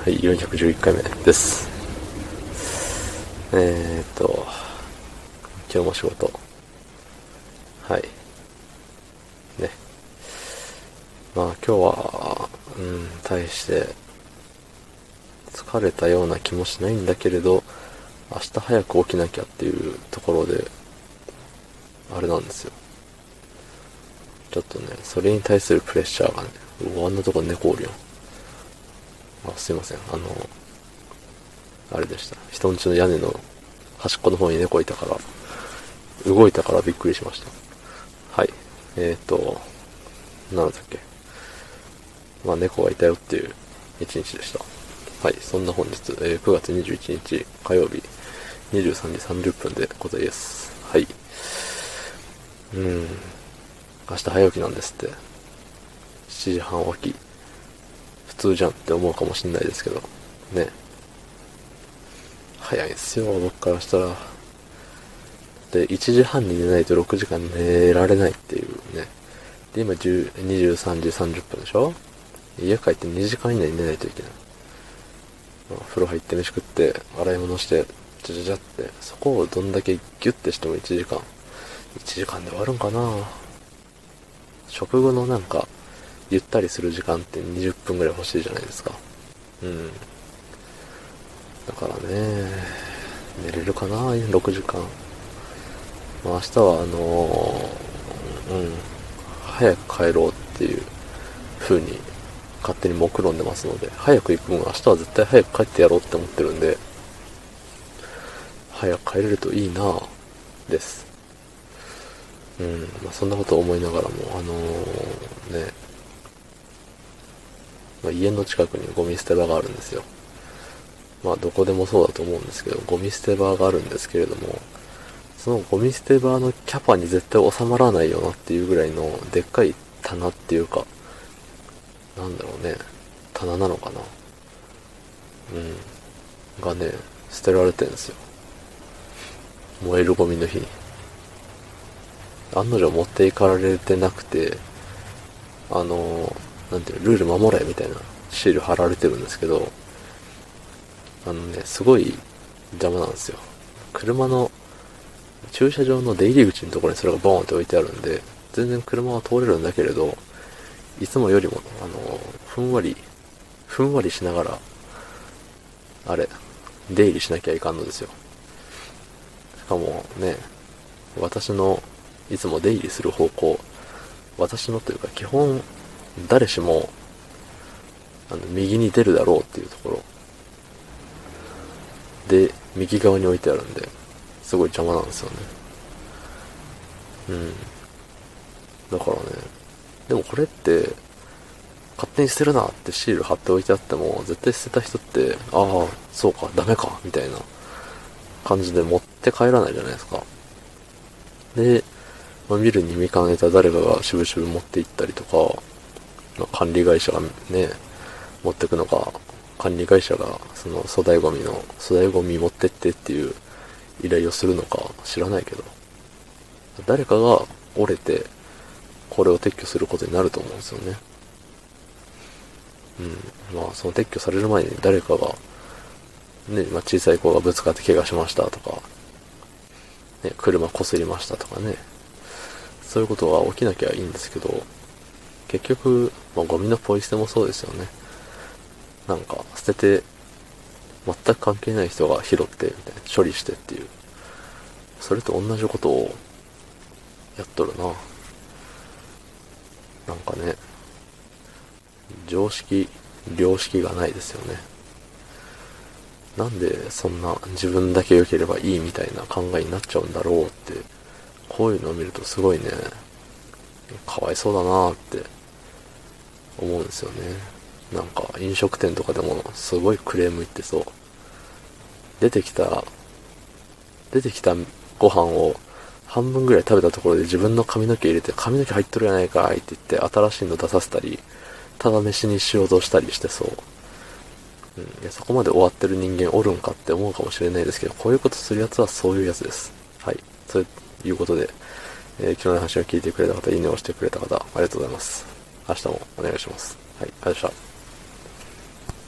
はい、411回目です。今日も仕事。はい。ね。まあ今日は、大して疲れたような気もしないんだけれど、明日早く起きなきゃっていうところで、あれなんですよ。ちょっとね、それに対するプレッシャーがね、あんなとこ猫おるよ。すいません。あれでした。人んちの屋根の端っこの方に猫いたから、動いたからびっくりしました。はい。なんだっけ。猫がいたよっていう一日でした。はい。そんな本日、9月21日火曜日、23時30分でございます。はい。明日早起きなんですって。7時半起き。普通じゃんって思うかもしんないですけど。ね。早いんすよ、僕からしたら。で、1時半に寝ないと6時間寝られないっていうね。で、今23時30分でしょ。家帰って2時間以内に寝ないといけない。風呂入って飯食って、洗い物して、じゃじゃじゃって、そこをどんだけギュッてしても1時間。1時間で終わるんかな。食後のゆったりする時間って20分ぐらい欲しいじゃないですか。だからね、寝れるかな、6時間。明日は早く帰ろうっていう風に勝手に目論んでますので、早く行く分明日は絶対早く帰ってやろうって思ってるんで、早く帰れるといいなぁです。そんなことを思いながらも、家の近くにゴミ捨て場があるんですよ。どこでもそうだと思うんですけど、ゴミ捨て場があるんですけれども、そのゴミ捨て場のキャパに絶対収まらないよなっていうぐらいのでっかい棚っていうか、なんだろうね、棚なのかな、がね、捨てられてんですよ。燃えるゴミの日に。案の定持っていかれてなくて、なんていうの、ルール守れみたいなシール貼られてるんですけど、すごい邪魔なんですよ。車の駐車場の出入り口のところにそれがボーンって置いてあるんで、全然車は通れるんだけれど、いつもよりも、ふんわりしながら、出入りしなきゃいかんのですよ。しかもね、私のいつも出入りする方向、私のというか基本、誰しも、右に出るだろうっていうところで、右側に置いてあるんで、すごい邪魔なんですよね。だからね、でもこれって、勝手に捨てるなってシール貼っておいてあっても、絶対捨てた人って、ああ、そうか、ダメか、みたいな感じで持って帰らないじゃないですか。で、見るに見かねた誰かがしぶしぶ持って行ったりとか、管理会社がね、持ってくのか、管理会社がその粗大ゴミ持ってってっていう依頼をするのか知らないけど、誰かが折れて、これを撤去することになると思うんですよね。その撤去される前に誰かが、ね、小さい子がぶつかって怪我しましたとか、ね、車擦りましたとかね、そういうことが起きなきゃいいんですけど、結局、ゴミのポイ捨てもそうですよね。捨てて、全く関係ない人が拾って、みたいな、処理してっていう。それと同じことを、やっとるな。ね、良識がないですよね。なんでそんな自分だけ良ければいいみたいな考えになっちゃうんだろうって、こういうのを見るとすごいね、かわいそうだなーって思うんですよね。飲食店とかでもすごいクレーム言ってそう。出てきたご飯を半分ぐらい食べたところで自分の髪の毛入れて、髪の毛入っとるやないかいって言って新しいの出させたり、ただ飯にしようとしたりしてそう。いや、そこまで終わってる人間おるんかって思うかもしれないですけど、こういうことするやつはそういうやつです。はい。そういうことで、昨日の話を聞いてくれた方、いいねを押してくれた方、ありがとうございます。明日もお願いします。はい、ありがとうございました。